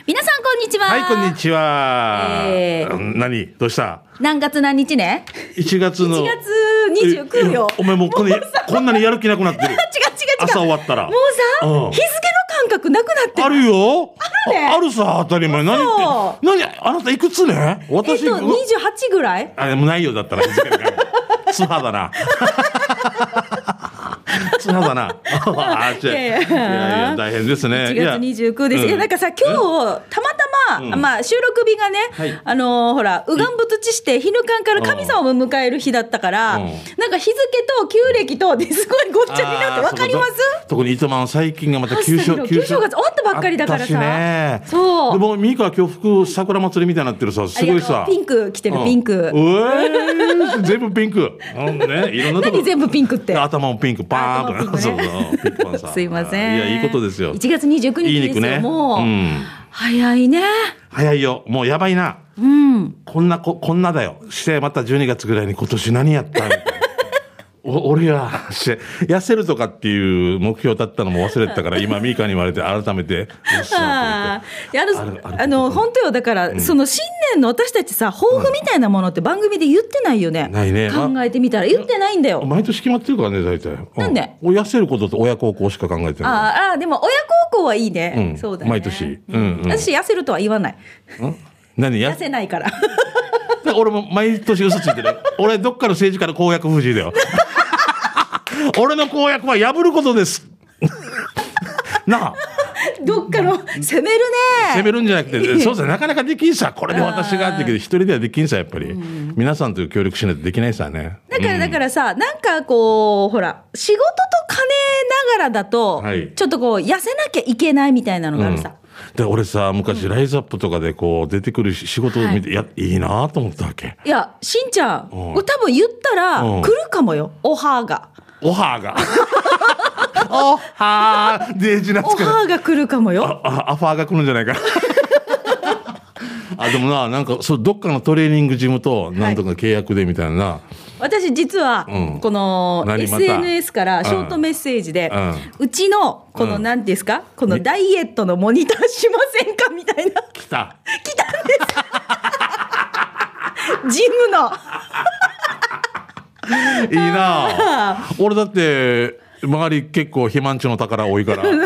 皆さんこんにちは。 はい、こんにちは。何どうした？ 何月何日ね ？1月の 1月29よ。 お前もうこんなにやる気なくなってる。違う朝終わったらもうさ、日付の感覚なくなってる。 あるよ。 あるね。 あるさ、当たり前。何あなたいくつね？私 28ぐらい？ もうないよだったら日付の感覚。素肌だな。素肌だな。いや大変ですね。 1月29です。いやなんかさ今日たまたままあ収録日がね、ほら右岸仏地して日ぬかんから神様を迎える日だったから、なんか日付と旧暦とですごいごっちゃになってわかります？ 特に糸満最近がまた旧正月終わったばっかりだからさ。 ね、 そう。 でもミカは今日服桜祭りみたいになってるさ、すごいさ。 ピンク着てるピンク。 全部ピンク。ね、いろんなとこ。 何全部ピンクって。 頭もピンクパーンと。そうピンクパンさ。 すいません。 いやいいことですよ。 1月29日ですよ。いい肉ね。もう、早いね。 早いよ。もうやばいな。こんなだよ。してまた12月ぐらいに今年何やったみたいな。俺は痩せるとかっていう目標だったのも忘れてたから今ミカに言われて改めて本当よ。だから、その新年の私たちさ抱負みたいなものって番組で言ってないよね。 ないね。 考えてみたら言ってないんだよ。 毎年決まってるからね大体。 なんで？ 痩せることと親孝行しか考えてない。 でも親孝行はいいね。そうだね。 毎年。 私痩せるとは言わない。 何痩せないから。 俺も毎年嘘ついてる。俺どっかの政治家の公約不持だよ。俺の公約は破ることです。なあ。 どっかの攻めるね。 攻めるんじゃなくて、そうですね。なかなかできんさ。これで私がって言うけど一人ではできんさやっぱり。皆さんと協力しないとできないさね。 だからさ、なんかこうほら仕事と金ながらだと、ちょっとこう痩せなきゃいけないみたいなのがあるさ。 で俺さ昔ライズアップとかでこう出てくる仕事を見て、いいなと思ったわけ。 いやしんちゃん、多分言ったら来るかもよ。オファーがオファーデージなつかオファーが来るかもよ。 アファーが来るんじゃないか。でもなんかどっかのトレーニングジムとなんとか契約でみたいな。 私実はこの SNS からショートメッセージで、うちのこの何ですか、このダイエットのモニターしませんかみたいな。来たんです。ジムの。 いいな。俺だって周り結構肥満値の宝多いから。い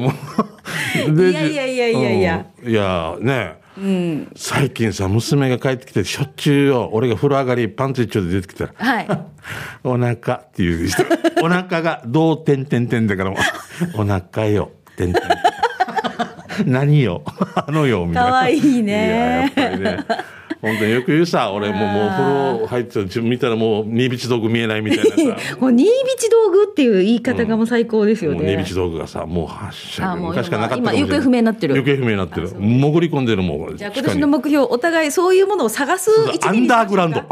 やね。最近さ娘が帰ってきてしょっちゅうよ俺が風呂上がりパンツ一丁で出てきたら、お腹っていう人お腹がどうてんてんてんだからお腹よてんてん何よよみたいな。かわいいね。いややっぱりね本当によく言うさ俺もう風呂入ってた見たらもう新道道具見えないみたいなさ。 もう新道道具っていう言い方がもう最高ですよね。 新道道具がさもう発射昔からなかったかもしれない。 今行方不明になってる。 行方不明になってる。潜り込んでるもん。 じゃあ今年の目標お互いそういうものを探す一年に。 アンダーグラウンド。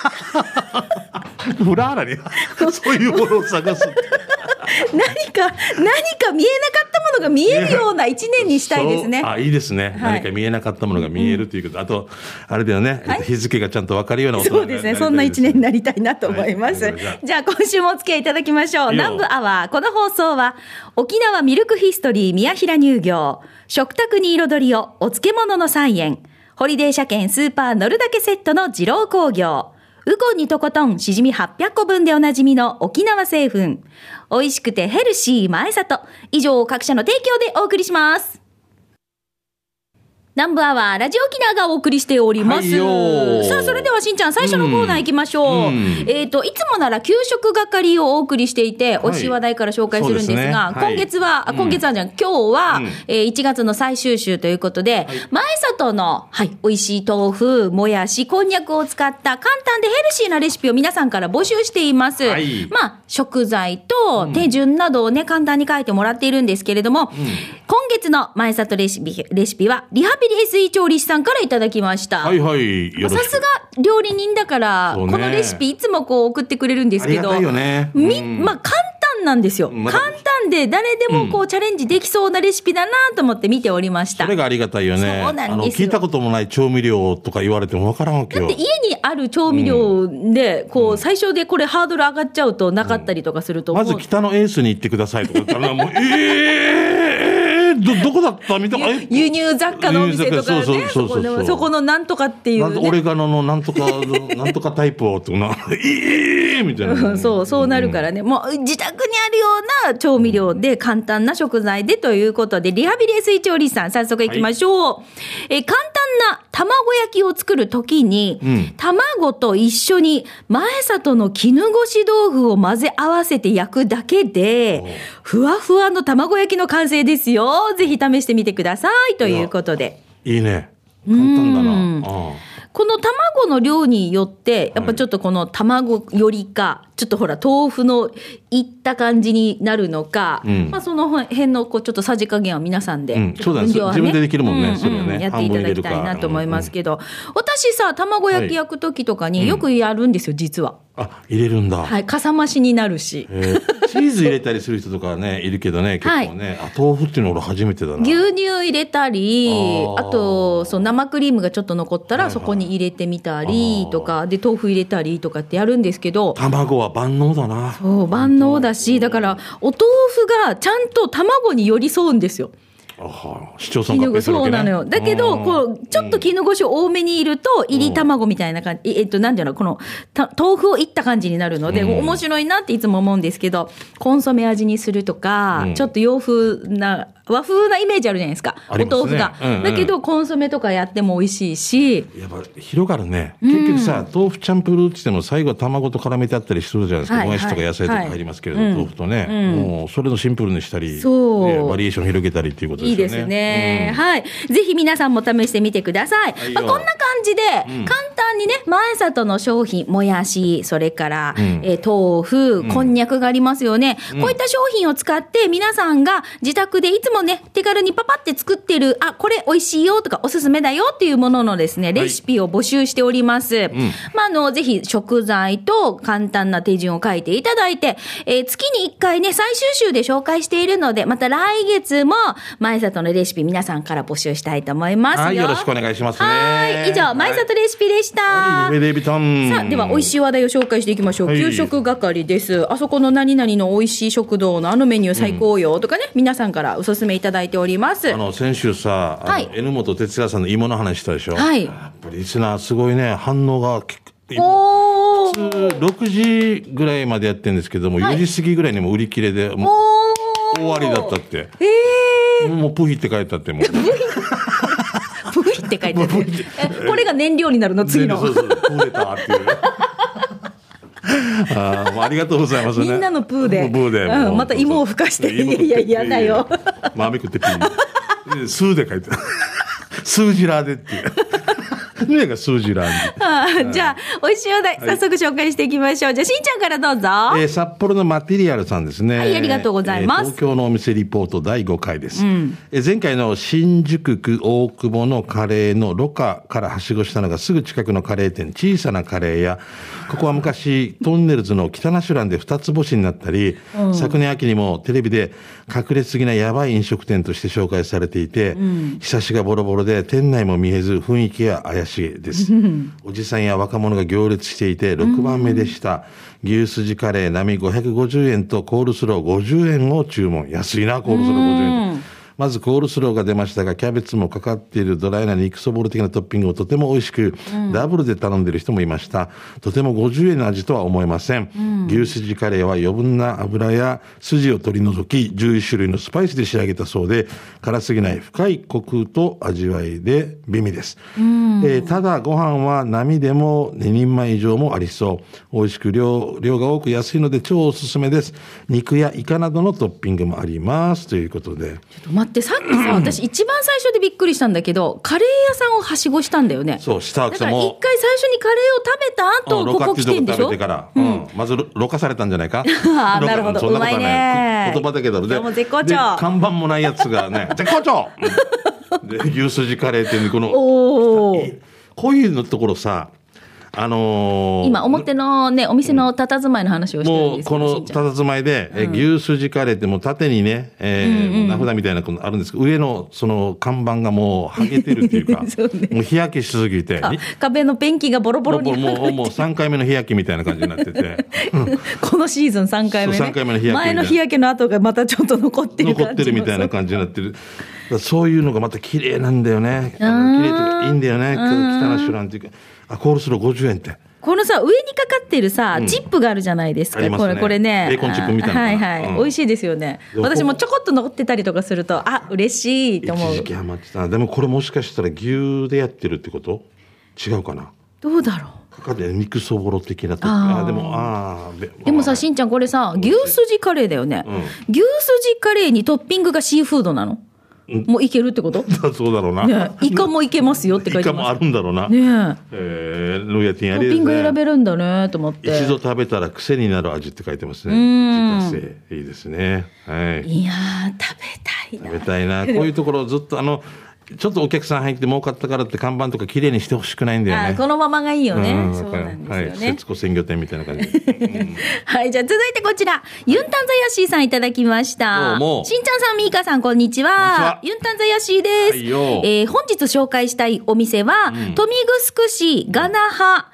フラーラにそういうものを探す。 何か見えなかったものが見えるような一年にしたいですね。 いいですね。何か見えなかったものが見えるということ。あとあれだよね。日付がちゃんと分かるような大人になりたいですね。 そうですね。そんな一年になりたいなと思います。じゃあ今週もお付き合いいただきましょう。南部アワー。この放送は沖縄ミルクヒストリー宮平乳業、食卓に彩りをお漬物の菜園、ホリデー車検スーパー乗るだけセットの二郎工業、ウコンにとことんしじみ800個分でおなじみの沖縄製粉、美味しくてヘルシー前里、以上各社の提供でお送りします。南部アワーラジオ沖縄がお送りしております。さあそれではしんちゃん最初のコーナー行きましょう。いつもなら給食係をお送りしていて、美味しい話題から紹介するんですが、今日は1月の最終週ということで、前里の美味しい豆腐、もやし、こんにゃくを使った簡単でヘルシーなレシピを皆さんから募集しています。食材と手順などをね簡単に書いてもらっているんですけれども、今月の前里レシピはリハビリ SE 調理師さんからいただきました。さすが料理人だから、このレシピいつもこう送ってくれるんですけど、簡単なんですよ。簡単で誰でもこうチャレンジできそうなレシピだなと思って見ておりました。 それがありがたいよね。そうなんですよ。聞いたこともない調味料とか言われてもわからんわけよ。 だって家にある調味料でこう最初でこれハードル上がっちゃうとなかったりとかすると、 まず北のエースに行ってくださいとか言ったらもうどこだったみたいな。 輸入雑貨のお店とかね。そこのなんとかっていう、ね。 オレガノのなんとか、なんとかタイプを、みたいな。 そうなるからね。もう自宅にあるような調味料で簡単な食材でということで、リハビリエ水調理師さん、早速行きましょう。簡単な卵焼きを作るときに、卵と一緒に前里の絹ごし豆腐を混ぜ合わせて焼くだけで、ふわふわの卵焼きの完成ですよ。ぜひ試してみてくださいということで。 いいね。簡単だな。 この卵の量によって、やっぱちょっとこの卵よりか、ちょっとほら、豆腐のいった感じになるのか、まあその辺のこうちょっとさじ加減は皆さんで、 そうだね、自分でできるもんね、それはね。 やっていただきたいなと思いますけど、私さ、卵焼き焼くときとかによくやるんですよ、実は。 入れるんだ。 はい、かさ増しになるし。 チーズ入れたりする人とかね、いるけどね、結構ね。豆腐っていうの俺初めてだな。 牛乳入れたり、あと、生クリームがちょっ豆腐がちょっと残ったらそこに入れてみたりとか、で、豆腐入れたりとかってやるんですけど。 卵は万能だな。 そう、万能だし、だから、お豆腐がちゃんと卵に寄り添うんですよ。 市町村合併するわけね。 そうなのよ。だけど、こう、ちょっと絹ごし多めにいると、入り卵みたいな感じ、なんていうの、この、豆腐をいった感じになるので、面白いなっていつも思うんですけど、コンソメ味にするとか、ちょっと洋風な、和風なイメージあるじゃないですか。お豆腐が。だけど、コンソメとかやっても美味しいし。 やっぱ広がるね。結局さ、豆腐チャンプルーって言っても最後は卵と絡めてあったりするじゃないですか。もやしとか野菜とか入りますけれど、豆腐とね。もう、それのシンプルにしたり、バリエーション広げたりっていうことですよね。 いいですね。はい。ぜひ皆さんも試してみてください。こんな感じで、簡単にね、前里の商品、もやし、それから、豆腐、こんにゃくがありますよね。こういった商品を使って皆さんが自宅でいつもね、手軽にパパって作ってる、これ美味しいよとかおすすめだよっていうもののですね、レシピを募集しております。ぜひ食材と簡単な手順を書いていただいて、月に1回ね、最終週で紹介しているので、また来月も前里のレシピ皆さんから募集したいと思いますよ。 はい、よろしくお願いしますね。 はい、以上、前里レシピでした。 レビタン。 さあ、では美味しい話題を紹介していきましょう。給食係です。あそこの何々の美味しい食堂のメニュー最高よとかね、皆さんからおすすめいただいております。 先週さ、榎本哲也さんの芋の話したでしょ。 はい。 やっぱりリスナーすごいね、反応が普通6時ぐらいまでやってるんですけども、4時過ぎぐらいにも売り切れでもう終わりだったって。もうプヒって書いてあっても。 プヒって書いてあって。これが燃料になるの次の。 そう、プーレターっていう。ありがとうございますね。 みんなのプーで。 プーで。 また芋をふかして。いや、嫌だよ。 豆食ってピー。数で書いてある。数字ラーでっていう。ねが数字ラーで。じゃあ、美味しいお題、早速紹介していきましょう。じゃあ、しんちゃんからどうぞ。 札幌のマテリアルさんですね。 はい、ありがとうございます。 東京のお店リポート第5回です。前回の新宿区大久保のカレーのロカからはしごしたのがすぐ近くのカレー店、小さなカレー屋。ここは昔、トンネルズの北ナシュランで2つ星になったり、昨年秋にもテレビで隠れすぎなやばい飲食店として紹介されていて、ひさしがボロボロで店内も見えず雰囲気が怪しいです。おじさんや若者が行列していて6番目でした。牛すじカレー並み550円とコールスロー50円を注文。安いな、コールスロー50円。まずコールスローが出ましたが、キャベツもかかっているドライな肉そぼろ的なトッピングをとても美味しく、ダブルで頼んでいる人もいました。とても50円の味とは思えません。牛すじカレーは余分な油や筋を取り除き、11種類のスパイスで仕上げたそうで、辛すぎない深いコクと味わいで美味です。ただご飯は並でも2人前以上もありそう。美味しく量が多く安いので超おすすめです。肉やイカなどのトッピングもあります。ということで。 待って、さっきさ、私一番最初でびっくりしたんだけど、カレー屋さんをはしごしたんだよね。 そう、したわけだから一回最初にカレーを食べた後、ここ来てんでしょ。 まずろ過されたんじゃないか。 なるほど、 そんなことはない。言葉だけど、 で看板もないやつがね、絶好調で牛すじカレーってこのこういうのところさ、 今表のねお店の佇まいの話をしてるんですけど、 もうこの佇まいで、牛すじカレーってもう縦にね、名札みたいなのあるんですけど、上のその看板がもう剥げてるっていうかそうね、 もう日焼けしすぎて壁のペンキがボロボロにもう3回目の日焼けみたいな感じになっててこのシーズン3回目、ね、 3回目の日焼け前の日焼けの跡がまたちょっと残ってる感じ、 残ってるみたいな感じになってる。そういうのがまた綺麗なんだよね。綺麗というかいいんだよね。汚しゅらんっていうか、コールスロー50円って。 このさ、上にかかってるさ、チップがあるじゃないですか。 ね、 これね。 ベーコンチップみたいな。 はいはい。美味しいですよね。私もちょこっと乗ってたりとかすると、嬉しいと思う。 一時期ハマってた。でもこれもしかしたら牛でやってるってこと？違うかな。 どうだろう。 かで肉そぼろ的なとでもさ、しんちゃんこれさ、牛すじカレーだよね。牛すじカレーにトッピングがシーフードなの？もういけるってこと？ そうだろうな、 ね、イカもいけますよって書いてます。 イカもあるんだろうな。 ねトッピング選べるんだねと思って。 一度食べたら癖になる味って書いてますね。自家製いいですね。はい。 いや食べたいな。こういうところずっとちょっとお客さん入って儲かったからって看板とか綺麗にしてほしくないんだよね。 このままがいいよね。そうなんですよね。 はい、節子鮮魚店みたいな感じ。 はい、じゃあ続いてこちら、ユンタンザヤシーさんいただきました。しんちゃんさん、みーかさん、こんにちは。ユンタンザヤシーです。本日紹介したいお店は、豊見城市ガナハ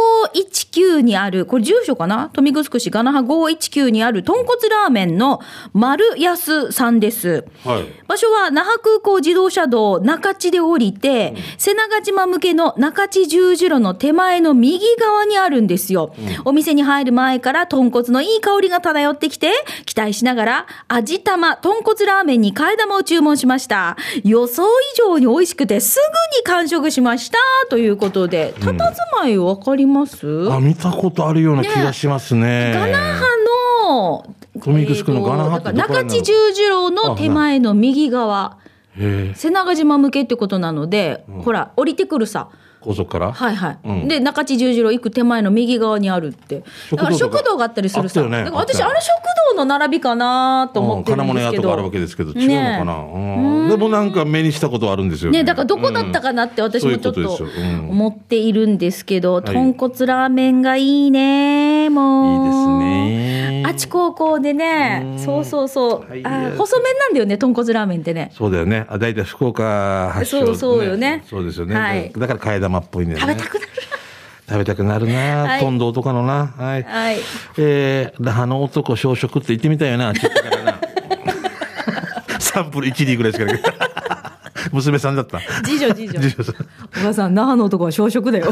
519にある、これ住所かな？豊見城市ガナハ519にある豚骨ラーメンの丸安さんです。はい、場所は那覇空港自動車道中地で降りて、瀬長島向けの中地十字路の手前の右側にあるんですよ。お店に入る前から豚骨のいい香りが漂ってきて、期待しながら味玉豚骨ラーメンに替え玉を注文しました。予想以上に美味しくてすぐに完食しましたということで、佇まいをわかります？ 見たことあるような気がしますね。 ガナハの豊見城のガナハって中地十字路の手前の右側、瀬長島向けってことなので、ほら降りてくるさ、 高速から、 はいはい、で中地十字路行く手前の右側にあるって、だから食堂があったりするさ、だから私食堂の並びかなと思ってるんですけど、金物屋とかあるわけですけど、違うのかな、でもなんか目にしたことあるんですよね。 だからどこだったかなって私もちょっと思っているんですけど、豚骨ラーメンがいいね、もういいですね。 あち高校でね、そう細麺なんだよね、豚骨ラーメンってね。 そうだよね。だいたい福岡発祥、 そうよね。 そうですよね。だから替え玉っぽいね。 食べたくなる。 食べたくなるな、トンドーとかのな。はい。ラハの男小食って言ってみたいよな。からなサンプル 1D ぐらいしかない。娘さんだった。 次女さん。お母さん、那覇の男は小食だよ。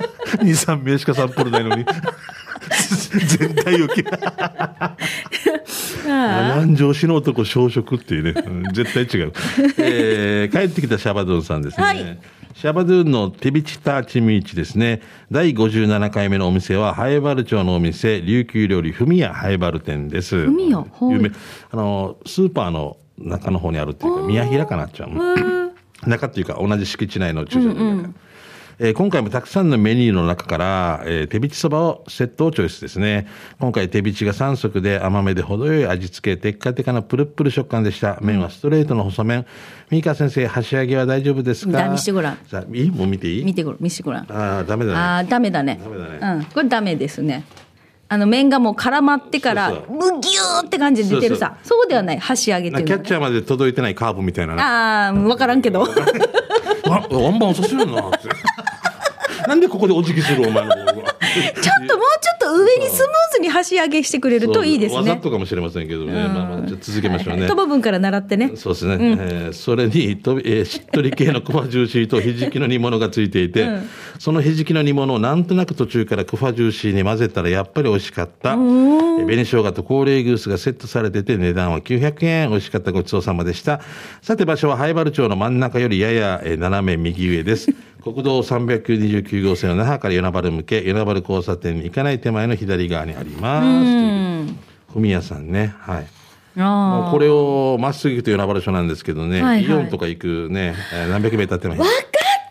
2、3名しかサンプルないのに。全体受け。南城市の男小食っていうね、絶対違う。帰ってきたシャバドゥンさんですね。はい、シャバドゥンのテビチターチミーチですね。第57回目のお店は南原町のお店、琉球料理ふみや南原店です。 ふみや、 有名、スーパーの中の方にあるっていうか、宮平かなっちゃう。中っていうか同じ敷地内の駐車場。今回もたくさんのメニューの中から、手びちそばをセットをチョイスですね。今回手びちが3色で甘めで程よい味付け、テッカテカなプルップル食感でした。麺はストレートの細麺。ミカ先生、箸上げは大丈夫ですか？ 見してごらん。 さあ、もう見ていい？ 見してごらん。 ダメだね。 ダメだね。これダメですね。麺がもう絡まってからむぎゅーって感じで出てるさ。そうではない、箸上げっていうの。 キャッチャーまで届いてないカーブみたいな。 分からんけど。 ワンバンさせるなって。なんでここでお辞儀するお前の方が。 もうちょっと上にスムーズに箸上げしてくれるといいですね。 わざとかもしれませんけどね。じゃ続けましょうね。 トバ分から習ってね。 そうですね。それにしっとり系のクファジューシーとひじきの煮物がついていて、そのひじきの煮物をなんとなく途中からクファジューシーに混ぜたらやっぱり美味しかった。紅生姜と高麗グースがセットされてて値段は900円。美味しかった、ごちそうさまでした。さて場所は南原町の真ん中よりやや斜め右上です。国道329号線の那覇から与那原向け、与那原交差点に行かない手前の左側にあります。ふみやさんね。はい。もうこれをまっすぐ行くと与那原署なんですけどね、イオンとか行くね、何百メーター手前。 わかった。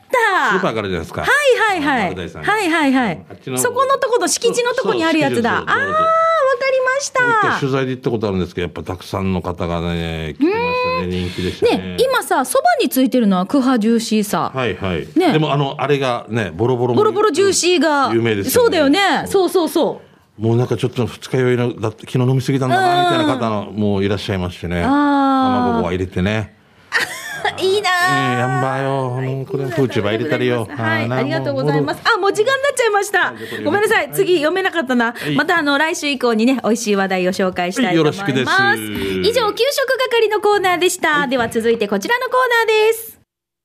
スーパーからじゃないですか。 はいはいはいはいはいはい。そこのとこの敷地のとこにあるやつだ。ああ、わかりました。 一回取材で行ったことあるんですけど、やっぱたくさんの方がね来てましたね。人気でしたね。 ね、今さ、そばについてるのはクハジューシーさ。 はいはい。ね、でもあれがね、ボロボロジューシーが有名ですよね。 そうだよね。そうそうそう。 もうなんかちょっと二日酔いのだって昨日飲みすぎたんだなみたいな方のもういらっしゃいましてね。卵は入れてね。 いいなー。 やんばよ。これフーチューバ入れたりよ。 はい、ありがとうございます。あ、もう時間になっちゃいました。ごめんなさい。次読めなかったな。また来週以降にね、美味しい話題を紹介したいと思います。よろしくです。以上、給食係のコーナーでした。では続いてこちらのコーナーです。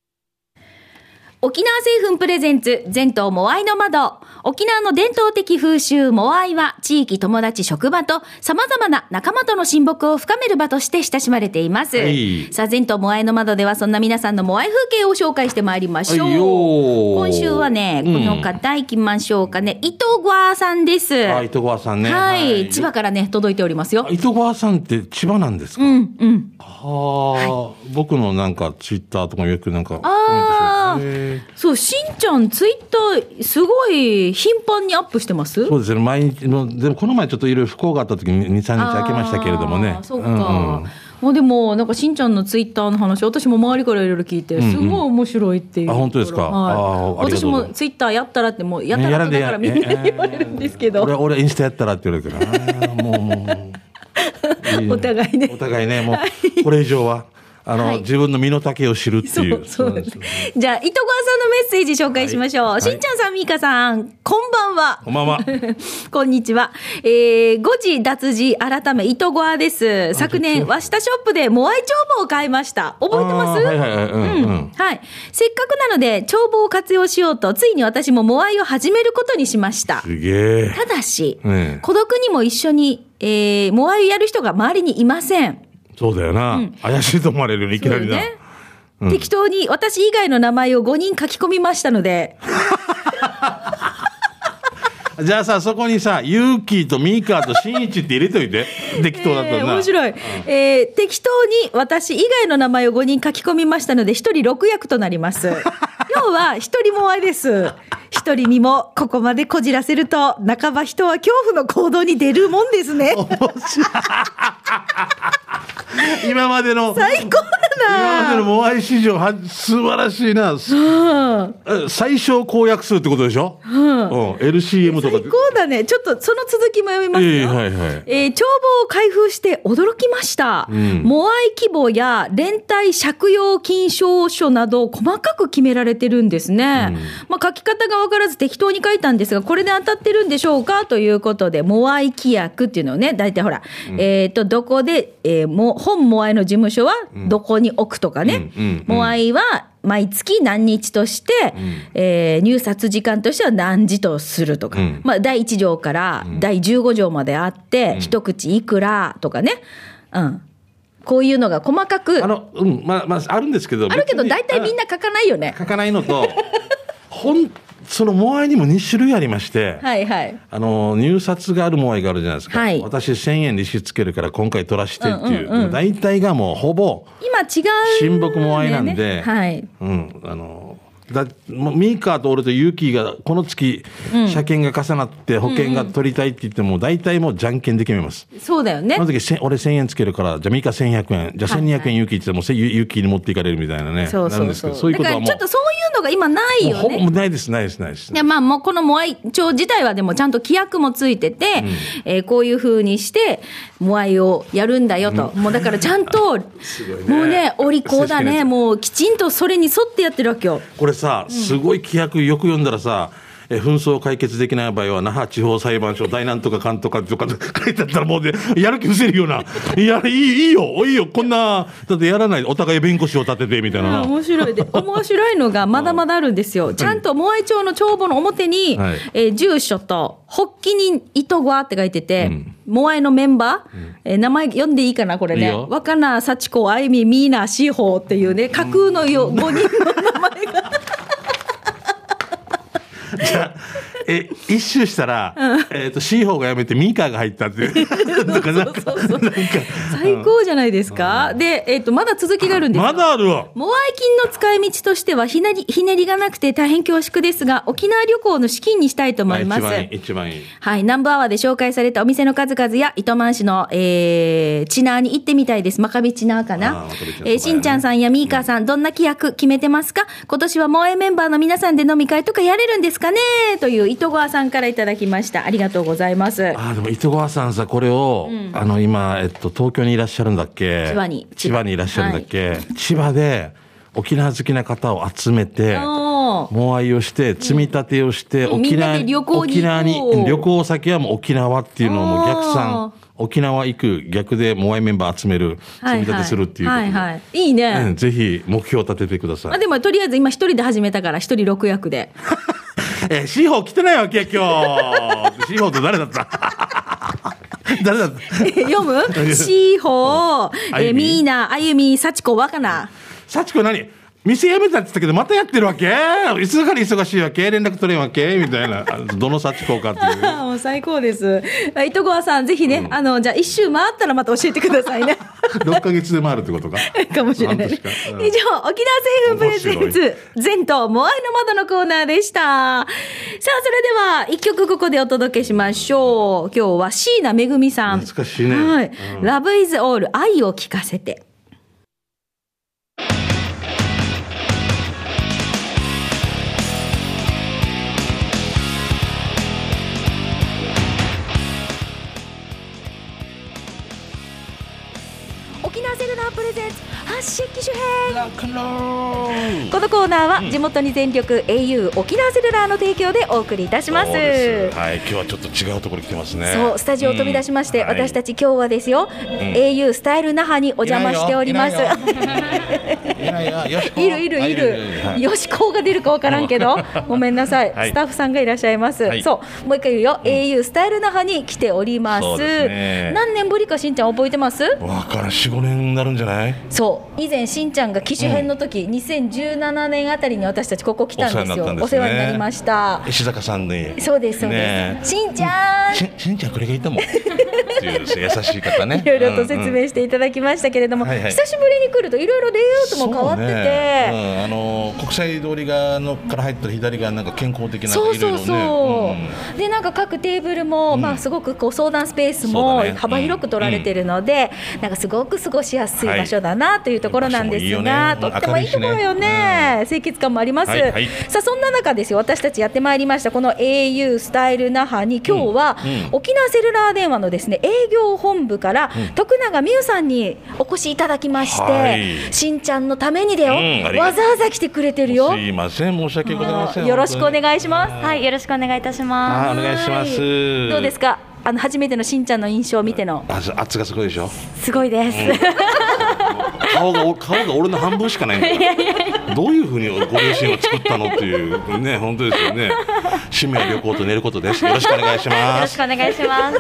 沖縄製粉プレゼンツ全島モアイの窓。沖縄の伝統的風習モアイは地域、友達、職場と様々な仲間との親睦を深める場として親しまれています。さあ、全島モアイの窓ではそんな皆さんのモアイ風景を紹介してまいりましょう。今週はね、この方行きましょうかね。糸川さんです。 糸川さんね。 はい。千葉からね、届いておりますよ。 糸川さんって千葉なんですか？ うんうん。 はあ、僕のなんかツイッターとかよくなんかコメントしてます。そう、しんちゃんツイッターすごい頻繁にアップしてます？ そうですね、毎日の。でもこの前ちょっといろいろ不幸があった時に 2,3 日空けましたけれどもね。 そうか、もうでもなんかしんちゃんのツイッターの話、私も周りからいろいろ聞いてすごい面白いっていう。 あ、本当ですか？ 私もツイッターやったらってもうやったらだからみんなに言われるんですけど、 俺インスタやったらって言われるからもうお互いね、 お互いね、もうこれ以上は自分の身の丈を知るっていう。 そうです。じゃあ、糸川さんのメッセージ紹介しましょう。しんちゃんさん、みーかさん、こんばんは。 こんばんは。 こんにちは。誤字脱字改め糸川です。昨年、和下ショップでモアイ帳簿を買いました。覚えてます？はい。せっかくなので、帳簿を活用しようと、ついに私もモアイを始めることにしました。 すげえ。 ただし、孤独にも一緒に、モアイをやる人が周りにいません。 そうだよな、怪しいと思われるよね、いきなりな、 適当に私以外の名前を5人書き込みましたのでじゃあさ、そこにさ、ユーキーとミーカーとシンイチって入れといて適当だったらな、 面白い、適当に私以外の名前を5人書き込みましたので1人6役となります要は1人モアイです。1人にもここまでこじらせると半ば人は恐怖の行動に出るもんですね今までの最高だな。 今までのモアイ史上素晴らしいな、最小公約数ってことでしょ、LCM とか最高だね。ちょっとその続きも読みますよ、帳簿を開封して驚きました、モアイ規模や連帯借用金証書など細かく決められてるんですね、書き方が分からず適当に書いたんですが、これで当たってるんでしょうかということで、モアイ規約っていうのをね、大体ほら、どこで、本モアイの事務所はどこに置くとかね、モアイは毎月何日として、入札時間としては何時とするとか、第1条から第15条まであって、一口いくらとかね、こういうのが細かくあるんですけど、 あるけど大体みんな書かないよね。 書かないのとそのモアイにも2種類ありまして、入札があるモアイがあるじゃないですか、私1000円利子つけるから今回取らしてっていう、大体がもうほぼ今違う親睦モアイなんで、ミーカーと俺とユーキーがこの月、車検が重なって保険が取りたいって言っても大体もうじゃんけんで決めます。 そうだよね。 その時俺1000円つけるから、じゃあミーカー1100円、じゃあ1200円ユーキーって言ってもユーキーに持っていかれるみたいなね。 そういうことはもうちょっとそういうのが今ないよね。 ないです。いや、もうこのモアイ帳自体はでもちゃんと規約もついてて、こういう風にしてモアイをやるんだよと、もうだからちゃんともうね、お利口だね、もうきちんとそれに沿ってやってるわけよ。 これさ、すごい規約よく読んだらさ、紛争を解決できない場合は那覇地方裁判所大なんとかかんとかとか書いてあったらもうでやる気失せるような、いいよこんなだってやらない、お互い弁護士を立ててみたいな。 面白いのがまだまだあるんですよ。ちゃんとモアイ帳の帳簿の表に、住所と発起人糸川って書いてて、モアイのメンバー、名前読んでいいかなこれね、若菜幸子あゆみミーナシーホーっていうね、架空の5人の名前がじゃあ一周したら、シーホーがやめてミカが入ったっていう。 最高じゃないですか。で、まだ続きがあるんですよ。 まだあるわ。 モアイ金の使い道としてはひねりがなくて大変恐縮ですが、沖縄旅行の資金にしたいと思います。 一番いい。 はい、南部アワーで紹介されたお店の数々や糸満市の、チナーに行ってみたいです。マカビチナーかな。しんちゃんさんやミーカーさん、どんな規約決めてますか？今年はモアイメンバーの皆さんで飲み会とかやれるんですかね？という糸川さんからいただきました。ありがとうございます。 でも糸川さんさ、これを、今、東京にいらっしゃるんだっけ？千葉にいらっしゃるんだっけ？千葉で沖縄好きな方を集めて、モアイをして、積み立てをして、沖縄に旅行先はもう沖縄っていうのをもう逆算。沖縄行く逆でモアイメンバー集める、積み立てするっていうことで、 いいね、 ぜひ目標を立ててください。 でもとりあえず今一人で始めたから一人6役でシーホー来てないわけ今日。シーホーって誰だった誰だった読むシーホー、ミーナ、あゆみ、サチコ、わかな。 サチコ何店辞めたって言ったけどまたやってるわけ？いつから忙しいわけ？連絡取れんわけ？みたいな。どのサチコかっていう。 もう最高です。糸川さんぜひね、じゃあ一周回ったらまた教えてくださいね。 6ヶ月で回るってことか。 かもしれない。以上、沖縄製粉プレゼンツ全島モアイの窓のコーナーでした。さあそれでは一曲ここでお届けしましょう。今日は椎名めぐみさん。 懐かしいね。 はい。Love is all 愛を聞かせて。沖縄セルラープレゼンツ発信機種編。このコーナーは地元に全力 au 沖縄セルラーの提供でお送りいたします。はい、 今日はちょっと違うところに来てますね。 そう、スタジオを飛び出しまして、私たち今日はですよ、au スタイル那覇にお邪魔しております。いるよしこが出るかわからんけどごめんなさい、スタッフさんがいらっしゃいます。そうもう一回言うよ、au スタイル那覇に来ております。何年ぶりかしんちゃん覚えてます？ わからん、4、5年になるんじゃない？ そう以前しんちゃんが機種編の時、2017年あたりに私たちここ来たんですよ。お世話になりました。 石坂さんに。 そうですそうです。しんちゃんしんちゃんこれがいたもんっていう優しい方ね。 いろいろと説明していただきましたけれども、久しぶりに来るといろいろレイアウトも変わってて、 国際通り側のから入ったら左側なんか健康的な、 そうでなんか各テーブルも、すごくこう相談スペースも幅広く取られてるので、なんかすごく過ごしやすい場所だなというところなんですが、とってもいいところよね。清潔感もあります。さあそんな中ですよ、私たちやってまいりましたこの au スタイル那覇に今日は、沖縄セルラー電話のですね営業本部から、徳永美優さんにお越しいただきまして、しんちゃんのためにだよ、わざわざ来てくれてるよ。 すいません、申し訳ございません。 よろしくお願いします。 はい、よろしくお願いいたします。 お願いします。 どうですか、初めてのしんちゃんの印象を見ての。 圧がすごいでしょ。 すごいです、 顔が俺の半分しかないんだからどういうふうにご両親を作ったのっていうね、本当ですよね。趣味は旅行と寝ることです。よろしくお願いします。 よろしくお願いします。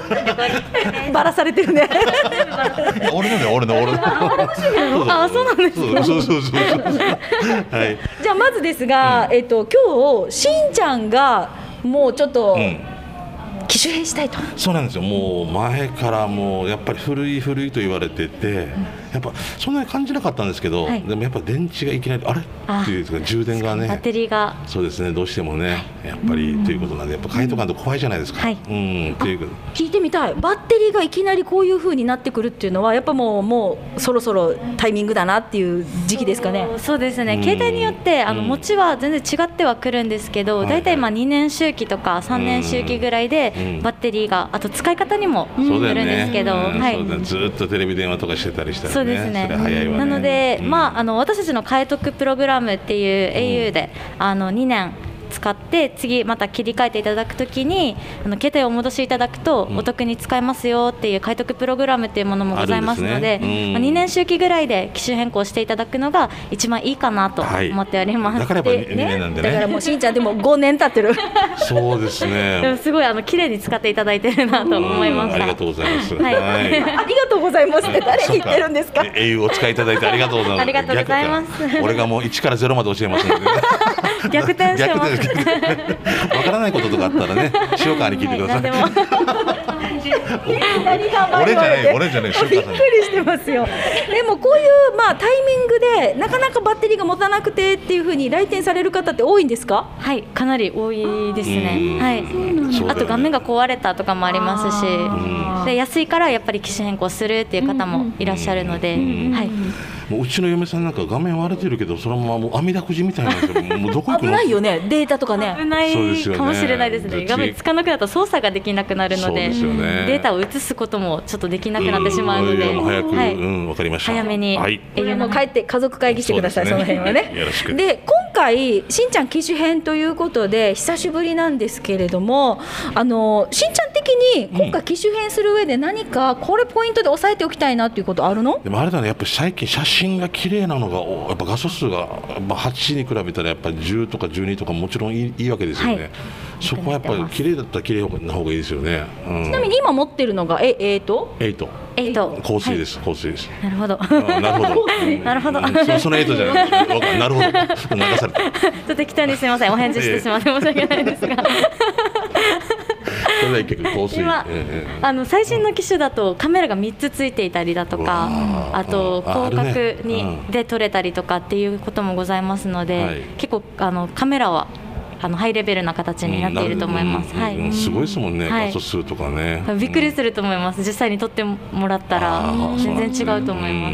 バラされてるね。 俺のあ、そうなんですね。 そうはい。 じゃあまずですが、今日しんちゃんがもうちょっと、機種変したいと。 そうなんですよ。もう前からもうやっぱり古いと言われてて、やっぱそんなに感じなかったんですけど、でもやっぱ電池がいきなりあれっていうか、充電がね、 バッテリーが、そうですね、どうしてもね、やっぱりということなんで、やっぱ変えとかんと怖いじゃないですか。っていう聞いてみたい。バッテリーがいきなりこういう風になってくるっていうのはやっぱもうそろそろタイミングだなっていう時期ですかね。 そうですね。携帯によって持ちは全然違ってはくるんですけど、だいたい2年周期とか3年周期ぐらいでバッテリーが、あと使い方にもよるんですけど、 ずっとテレビ電話とかしてたりしたらね。 そうですね。 早いわね。 なので、私たちの替え得プログラムっていう au で2年使って次また切り替えていただくときに携帯をお戻しいただくとお得に使えますよっていう替え得プログラムっていうものもございますので、2年周期ぐらいで機種変更していただくのが一番いいかなと思っております。 だからやっぱ2年なんでね。 だからもうしんちゃんでも5年経ってる。 そうですね。 でもすごい綺麗に使っていただいてるなと思いました。 ありがとうございます。 ありがとうございますって誰に言ってるんですか。 au を使いいただいてありがとうございます。 ありがとうございます。 俺がもう1から0まで教えますので。 逆転してます。 わからないこととかあったらね、塩川に聞いてください。俺じゃない、塩川さん。 びっくりしてますよ。でもこういうタイミングでなかなかバッテリーが持たなくてっていう風に来店される方って多いんですか？ はい、かなり多いですね。はい。あと画面が壊れたとかもありますし、で安いからやっぱり機種変更するっていう方もいらっしゃるので、はい。 もううちの嫁さんなんか画面割れてるけどそのままもう網だくじみたいなんですよ。もうどこ行くの？ 危ないよね、データとかね。 危ないかもしれないですね。画面つかなくなったら操作ができなくなるので、データを移すこともちょっとできなくなってしまうので、 早く、わかりました。 早めに、 もう帰って家族会議してください、その辺はね。 よろしく。 で今回しんちゃん機種編ということで久しぶりなんですけれども、しんちゃん的に今回機種編する上で何かこれポイントで押さえておきたいなっていうことあるの？ でもあれだね、やっぱり最近写真が綺麗なのがやっぱ画素数がやっぱ8に比べたらやっぱり10とか12とかもちろんいいわけですよね。はい、そこはやっぱり綺麗だったら綺麗な方がいいですよね。 ちなみに今持ってるのが8 香水です。香水です。 なるほど。 なるほど。 なるほど。 その8じゃない。なるほど。流された。 ちょっと適当にすみません。お返事してしまって申し訳ないですが。 それで香水。 今最新の機種だとカメラが3つついていたりだとか、あと広角で撮れたりとかっていうこともございますので、結構カメラはハイレベルな形になっていると思います。 すごいですもんね、画素数とかね。 びっくりすると思います。実際に撮ってもらったら全然違うと思います。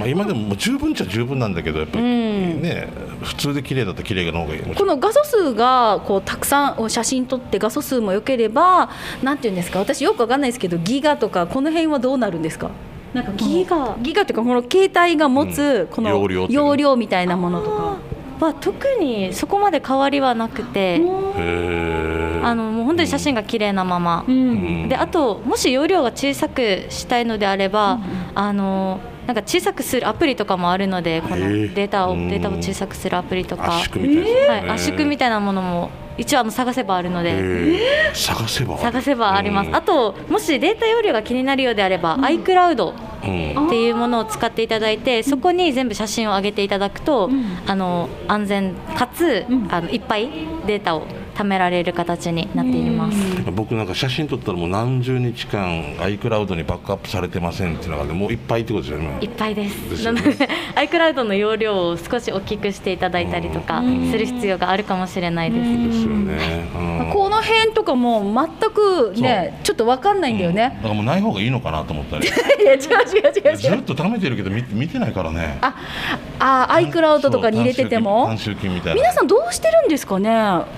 今でも十分っちゃ十分なんだけど、やっぱりね、普通で綺麗だったら綺麗な方がいい。 この画素数がこうたくさん写真撮って画素数も良ければ、なんていうんですか、私よくわかんないですけどギガとかこの辺はどうなるんですか？なんかギガっていうかこの携帯が持つこの容量みたいなものとか。 特にそこまで変わりはなくて、もう本当に写真が綺麗なまま、であともし容量が小さくしたいのであれば、なんか小さくするアプリとかもあるので、このデータを小さくするアプリとか、圧縮みたいなものも一応探せばあるので、 探せばあります。あともしデータ容量が気になるようであれば、iCloudっていうものを使っていただいて、そこに全部写真を上げていただくと、安全かついっぱいデータを貯められる形になっています。 僕なんか写真撮ったらもう何十日間 iCloud にバックアップされてませんっていうのがもういっぱいってことですよね。 いっぱいです。なので iCloud の容量を少し大きくしていただいたりとかする必要があるかもしれないです。 ですよね。 この辺とかも全くねちょっと分かんないんだよね。 だからもうない方がいいのかなと思ったり。いや違う。 ずっと貯めてるけど見てないからね。 iCloud とかに入れてても短集金みたいな。 皆さんどうしてるんですかね。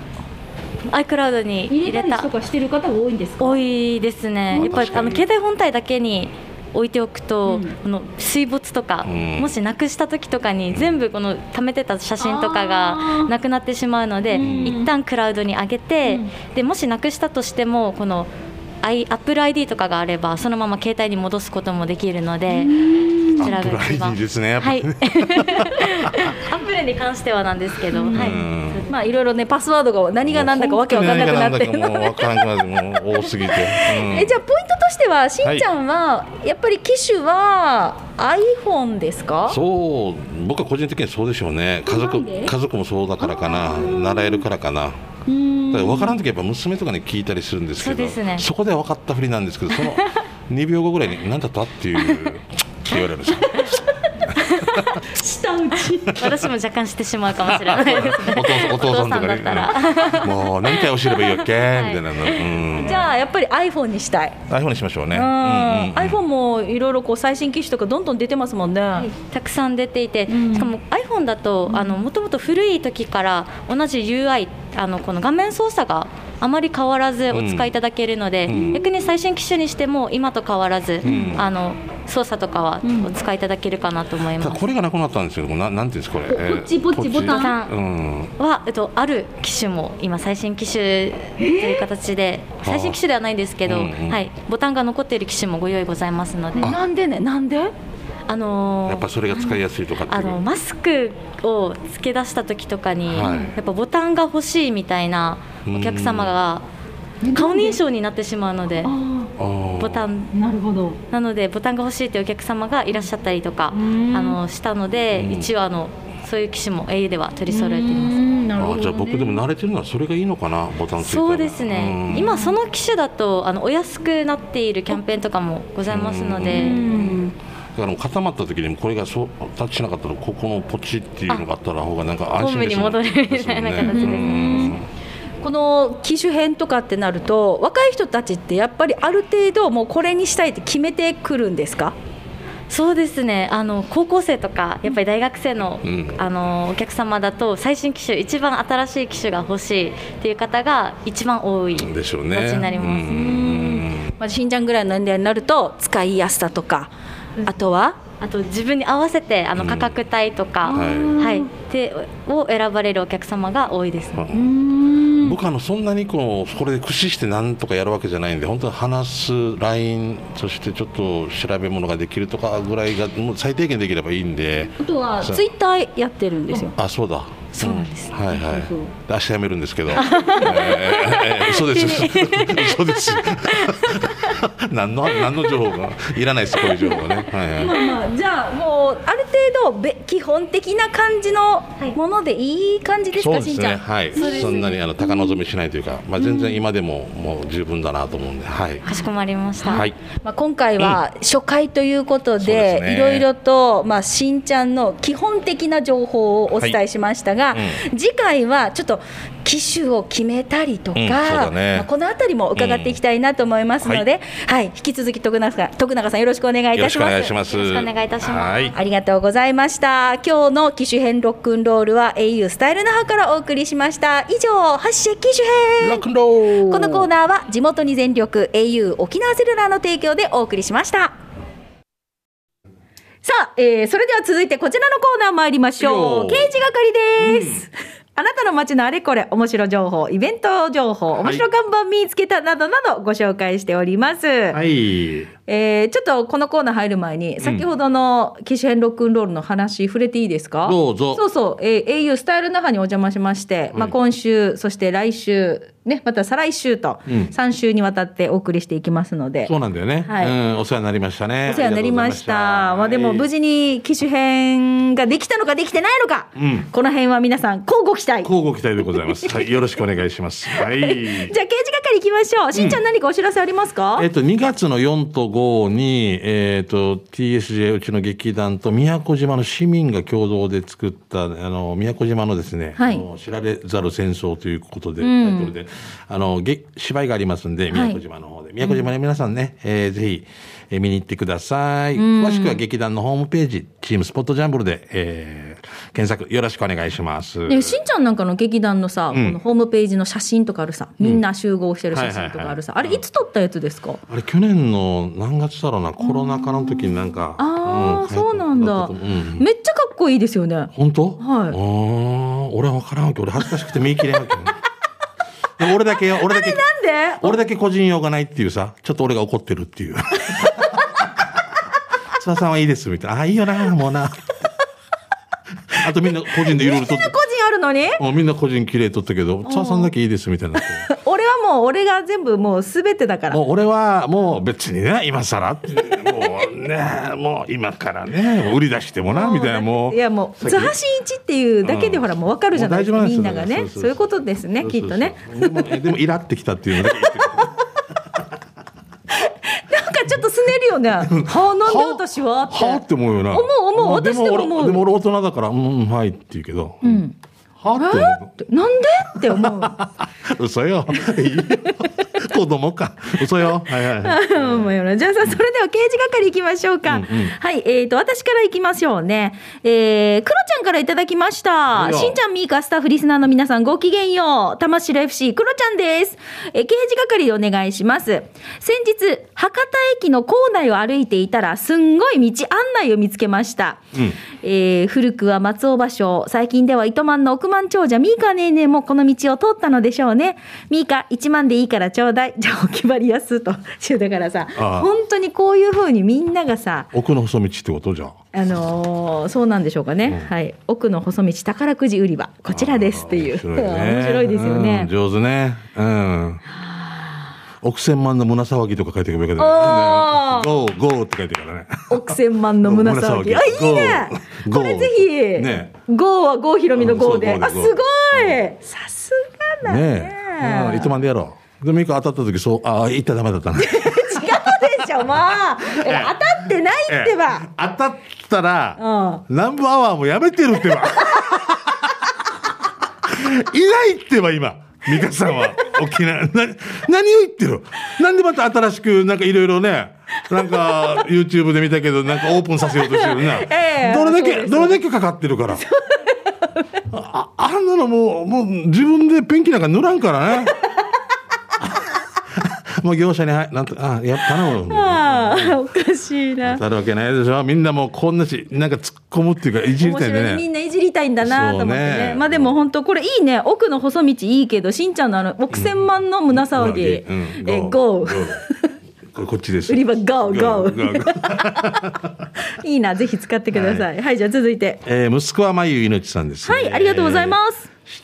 iCloud に入れたりとかしてる方が多いんですか？ 多いですね。やっぱり携帯本体だけに置いておくと、この水没とか、もしなくした時とかに全部この貯めてた写真とかがなくなってしまうので、一旦クラウドに上げて、でもしなくしたとしてもこのApple ID とかがあればそのまま携帯に戻すこともできるので、こちらが一番 Apple ID ですね。 はい。Apple に関してはなんですけど、 いろいろねパスワードが何が何だかわけわかんなくなってるので、 もう多すぎて。 じゃあポイントとしてはしんちゃんはやっぱり機種は iPhone ですか？ そう、僕は個人的にはそうでしょうね。家族もそうだからかな、習えるからかな。分からんときはやっぱ娘とかに聞いたりするんですけど、そこでは分かったふりなんですけど、その2秒後ぐらいに何だったって言われるんですよ。 下打ち。 私も若干してしまうかもしれないですね。 お父さんとかだったら、 もう何回教えればいいわけみたいな。 じゃあやっぱり iPhone にしたい。 iPhone にしましょうね。 iPhone もいろいろこう最新機種とかどんどん出てますもんね。 たくさん出ていて、しかも iPhone だともともと古い時から同じ UI、この画面操作があまり変わらずお使いいただけるので、逆に最新機種にしても今と変わらず、操作とかはお使いいただけるかなと思います。 これがなくなったんですけど、なんていうんですかこれ。 ポッチボタンはある機種も今最新機種という形で、最新機種ではないんですけど、ボタンが残っている機種もご用意ございますので。 なんでね、なんで？ やっぱそれが使いやすいとかっていう。 マスクを付け出した時とかに、やっぱボタンが欲しいみたいなお客様が顔認証になってしまうので、ボタンなのでボタンが欲しいというお客様がいらっしゃったりとかしたので、一応そういう機種も au では取り揃えています。 なじゃあ僕でも慣れてるのはそれがいいのかな、ボタンついたら。 そうですね、今その機種だとお安くなっているキャンペーンとかもございますので、 だから固まった時にもこれがタッチしなかったらここのポチっていうのがあったら方がなんか安心ですよね。 ホームに戻れるみたいな形ですね。 この機種変とかってなると若い人たちってやっぱりある程度もうこれにしたいって決めてくるんですか？ そうですね、高校生とかやっぱり大学生の、お客様だと最新機種、一番新しい機種が欲しいっていう方が一番多いでしょうね。 形になります。 しんちゃんぐらいの年齢になると使いやすさとか、あと自分に合わせて価格帯とか、を選ばれるお客様が多いですね。 僕そんなにこれで駆使して何とかやるわけじゃないんで、本当に話す LINE、そしてちょっと調べ物ができるとかぐらいがもう最低限できればいいんで。 あとはツイッターやってるんですよ。 そうだ、 そうなんです、 はいはい、明日辞めるんですけど嘘です嘘です何の情報がいらないです、こういう情報ね。 じゃあもうある程度基本的な感じのものでいい感じですか？ そうですね、はい、そんなに高望みしないというか、全然今でももう十分だなと思うんで、 かしこまりました。 今回は初回ということで、いろいろとしんちゃんの基本的な情報をお伝えしましたが、次回はちょっと機種を決めたりとか、このあたりも伺っていきたいなと思いますので、引き続き徳永さんよろしくお願いいたします。 よろしくお願いします。 よろしくお願いいたします。 ありがとうございました。今日の機種編ロックンロールは au スタイル那覇からお送りしました。以上、発信機種編ロックンロール。 このコーナーは地元に全力 au 沖縄セルラーの提供でお送りしました。さあ、それでは続いてこちらのコーナー参りましょう。刑事係です。あなたの街のあれこれ、面白情報、イベント情報、面白看板見つけたなどなどご紹介しております。ちょっとこのコーナー入る前に、先ほどの機種編ロックンロールの話触れていいですか？ どうぞ。 そう、au スタイル那覇にお邪魔しまして、今週、そして来週、また再来週と3週にわたってお送りしていきますので。 そうなんだよね。お世話になりましたね。 お世話になりました。でも無事に機種編ができたのかできてないのか、この辺は皆さん交互期待でございます。よろしくお願いします。じゃあ刑事係行きましょう。しんちゃん、何かお知らせありますか ？2月の4と5に、TSJ うちの劇団と宮古島の市民が共同で作った宮古島のですね、知られざる戦争ということで、タイトルで芝居がありますんで、宮古島の方で、宮古島の皆さんね、ぜひ見に行ってください。詳しくは劇団のホームページ、チームスポットジャンブルで、検索よろしくお願いします。 しんちゃんなんかの劇団のさ、このホームページの写真とかあるさ、みんな集合してる写真とかあるさ、あれいつ撮ったやつですか？あれ去年の何月だろうな、コロナ禍の時になんか。 そうなんだ。めっちゃかっこいいですよね。 本当？俺は分からんわけ。俺恥ずかしくて見切れんわけ。でも俺だけ個人用がないっていうさ、ちょっと俺が怒ってるっていう。津田さんはいいですみたいな。いいよな、もうな。あとみんな個人でいろいろと。 みんな個人あるのに？ みんな個人綺麗撮ったけど、津田さんだけいいですみたいな。 俺が全部もう全てだから。 もう俺はもう別にね、今更ってもうね、もう今からね、売り出してもなみたいな、もう。 いやもう津波真一っていうだけでほらもう分かるじゃないですか、みんながね。そういうことですね、きっとね。 でもイラってきたっていうのだけ言ってる。 なんかちょっとすねるよね。なんで私はって。 はって思うよな。 思う。私でも思う。 でも俺大人だから、はいって言うけど。はってなんでって思う。 嘘よ。子供か。嘘よ。 じゃあさ、それでは刑事係行きましょうか。はい、私から行きましょうね。クロちゃんからいただきました。しんちゃん、みーか、スタッフ、リスナーの皆さん、ごきげんよう。玉城 FC、クロちゃんです。刑事係でお願いします。先日、博多駅の構内を歩いていたら、すんごい道案内を見つけました。古くは松尾芭蕉、最近では糸満の億万長者、ミーカねーねーもこの道を通ったのでしょうね。ミーカ、1万でいいからちょうだい。じゃあお決まりやすと。だからさ、本当にこういう風にみんながさ、 奥の細道ってことじゃそうなんでしょうかね。はい。奥の細道宝くじ売り場、こちらですっていう。面白いですよね。 上手ね。 億千万の胸騒ぎとか書いてくればよかった。 ゴー、ゴーって書いてるからね。 億千万の胸騒ぎ。あ、いいね。これぜひ。ね。ゴーはゴーひろみのゴーで。あ、すごい。さすがだね。 糸満でやろう。でもいいか当たった時、そう、ああ、言ったらダメだったな。 違うでしょ、まあ。当たってないってば。 当たったら、南部アワーもやめてるってば。いないってば、今。美香さんは沖縄何を言ってる。なんでまた新しくなんかいろいろね、なんか YouTube で見たけどなんかオープンさせようとしてるな、どれだけかかってるから。あんなのもう自分でペンキなんか塗らんからね。もう業者になんと頼む。 おかしいな。 当たるわけないでしょ。みんなもうこんなしなんか突っ込むっていうかいじりたいんでね。 みんないじりたいんだなと思ってね。まあでも本当これいいね。奥の細道いいけどしんちゃんの億千万の胸騒ぎ、ゴー。 こっちです。 売り場ゴーゴー。いいな、ぜひ使ってください。はい、じゃあ続いて。 息子はまゆいのちさんです。 はい、ありがとうございます。 して、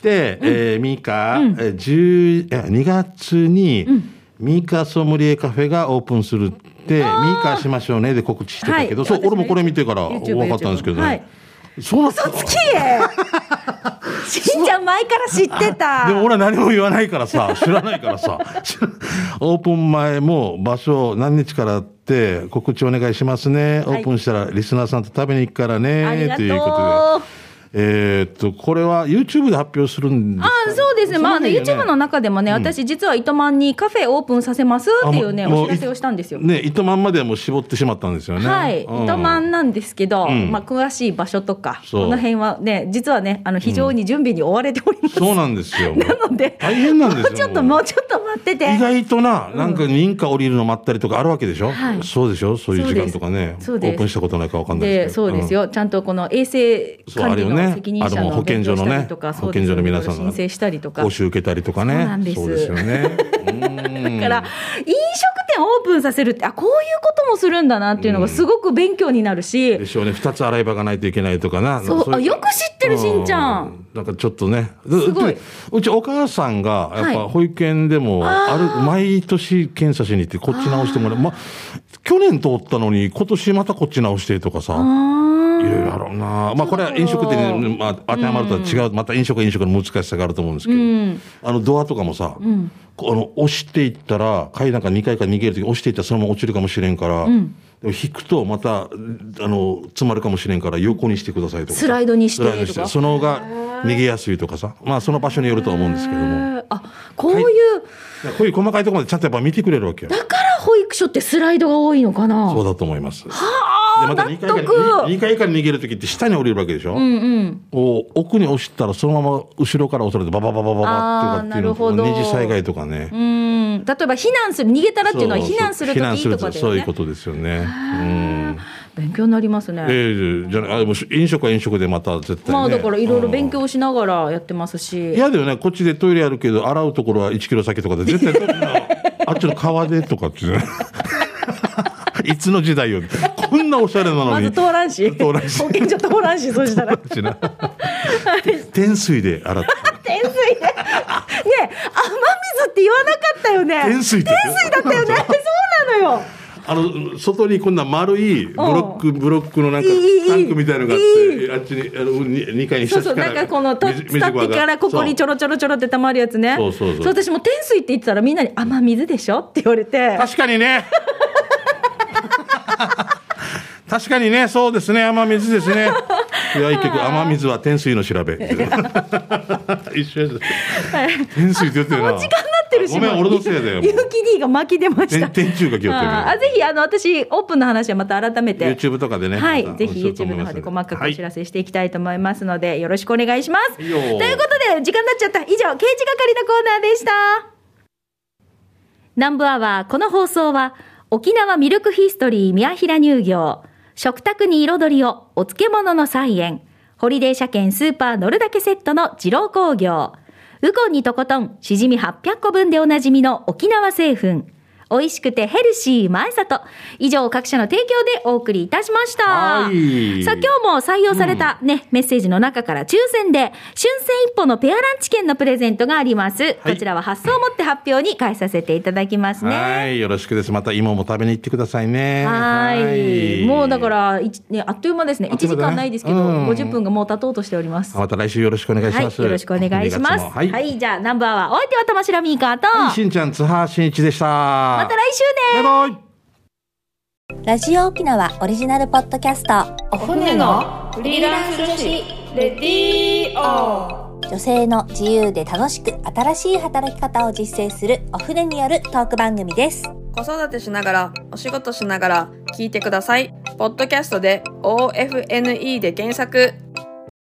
ミカ、2月に、ミカソムリエカフェがオープンするって、ミカしましょうねで告知してたけど、そう、俺もこれ見てから分かったんですけどね。 そうなった。嘘つきしんちゃん前から知ってた。 でも俺は何も言わないからさ、知らないからさ。オープン前も場所何日からって告知お願いしますね。オープンしたらリスナーさんと食べに行くからね、ということで。これは YouTube で発表するんですか？ そうですね。まあね、YouTube の中でもね、私実は糸満にカフェオープンさせますっていうね、お知らせをしたんですよ。 ね、糸満まではもう絞ってしまったんですよね。 はい。糸満なんですけど、まあ詳しい場所とか、この辺はね、実はね、非常に準備に追われております。 そうなんですよ。 なので、 大変なんですよ。 もうちょっと待ってて。 意外となんか認可降りるの待ったりとかあるわけでしょ。そうでしょ。そういう時間とかね。オープンしたことないか分かんないですけど。 そうですよ。ちゃんとこの衛生管理の責任者の保健所のね、保健所の皆さんが申請したりとか、 講習受けたりとかね。 そうなんです。 そうですよね。 だから飲食店オープンさせるって、こういうこともするんだなっていうのがすごく勉強になるし。 でしょうね。2つ洗い場がないといけないとかな。 そう、よく知ってるしんちゃん。 なんかちょっとね。すごい。うちお母さんがやっぱ保育園でも毎年検査しに行ってこっち直してもらう。去年通ったのに今年またこっち直してとかさ。いろいろあるな。まあこれは飲食店に当てはまるとは違う、また飲食の難しさがあると思うんですけど、ドアとかもさ、押していったら階段から2階から逃げるとき押していったらそのまま落ちるかもしれんから、でも引くとまた詰まるかもしれんから横にしてくださいとか、 スライドにしてとか、 その方が逃げやすいとかさ、まあその場所によるとは思うんですけども、 こういう細かいところまでちゃんとやっぱ見てくれるわけよ。 だから保育所ってスライドが多いのかな。 そうだと思います。 はあ、 でまた2階から逃げるときって下に降りるわけでしょ。奥に押したらそのまま後ろから押されてババババババっていうの、二次災害とかね。 例えば避難する、逃げたらっていうのは避難するときとかでね。 そういうことですよね。 勉強になりますね。 じゃあ飲食は飲食でまた絶対ね。 まあだからいろいろ勉強しながらやってますし。 いやだよね。こっちでトイレあるけど洗うところは1キロ先とかで絶対あっちの川でとかっていつの時代よ。こんなおしゃれなのに。 まず通らんし。保健所通らんし、そうしたら。 天水で洗って。 天水で。ねえ、雨水って言わなかったよね。 天水だったよね。そうなのよ。 外にこんな丸いブロックのなんかタンクみたいのがあって、あっちに2階に下からなんかこの伝ってからここにちょろちょろちょろって溜まるやつね。そう私も天水って言ってたらみんなに雨水でしょって言われて。 確かにね。確かにね、そうですね、雨水ですね。いや、結局雨水は天水の調べ。一緒です。天水って言ってるな。 もう時間になってるし。 ごめん、俺のせいだよ。 ゆうき D が巻き出ました。 天中が気をつけて。 ぜひ私オープンの話はまた改めて YouTube とかでね。 はい、ぜひ YouTube の方で細かくお知らせしていきたいと思いますので、よろしくお願いします。ということで時間になっちゃった。以上、刑事係のコーナーでした。南部アワー、この放送は沖縄ミルクヒストリー宮平乳業、食卓に彩りをお漬物の菜園、ホリデー車検スーパー乗るだけセットの二郎工業、ウコンにとことんしじみ800個分でおなじみの沖縄製粉、 美味しくてヘルシー前里。以上各社の提供でお送りいたしました。 はい。 さあ今日も採用されたね、メッセージの中から抽選で春戦一歩のペアランチ券のプレゼントがあります。はい、こちらは発送をもって発表に返させていただきますね。 はい、よろしくです。また芋も食べに行ってくださいね。 はい。もうだからね、あっという間ですね。1時間ないですけど、50分がもう経とうとしております。 また来週よろしくお願いします。 はい、よろしくお願いします。はい、じゃあナンバーはお相手は玉城ミーカーと、 しんちゃん津波しんいちでした。 また来週ね。 バイバイ。 ラジオ沖縄オリジナルポッドキャスト、 お船のフリーランス女子レディオ。 女性の自由で楽しく新しい働き方を実践するお船によるトーク番組です。 子育てしながらお仕事しながら聞いてください。ポッドキャストで OFNE で検索。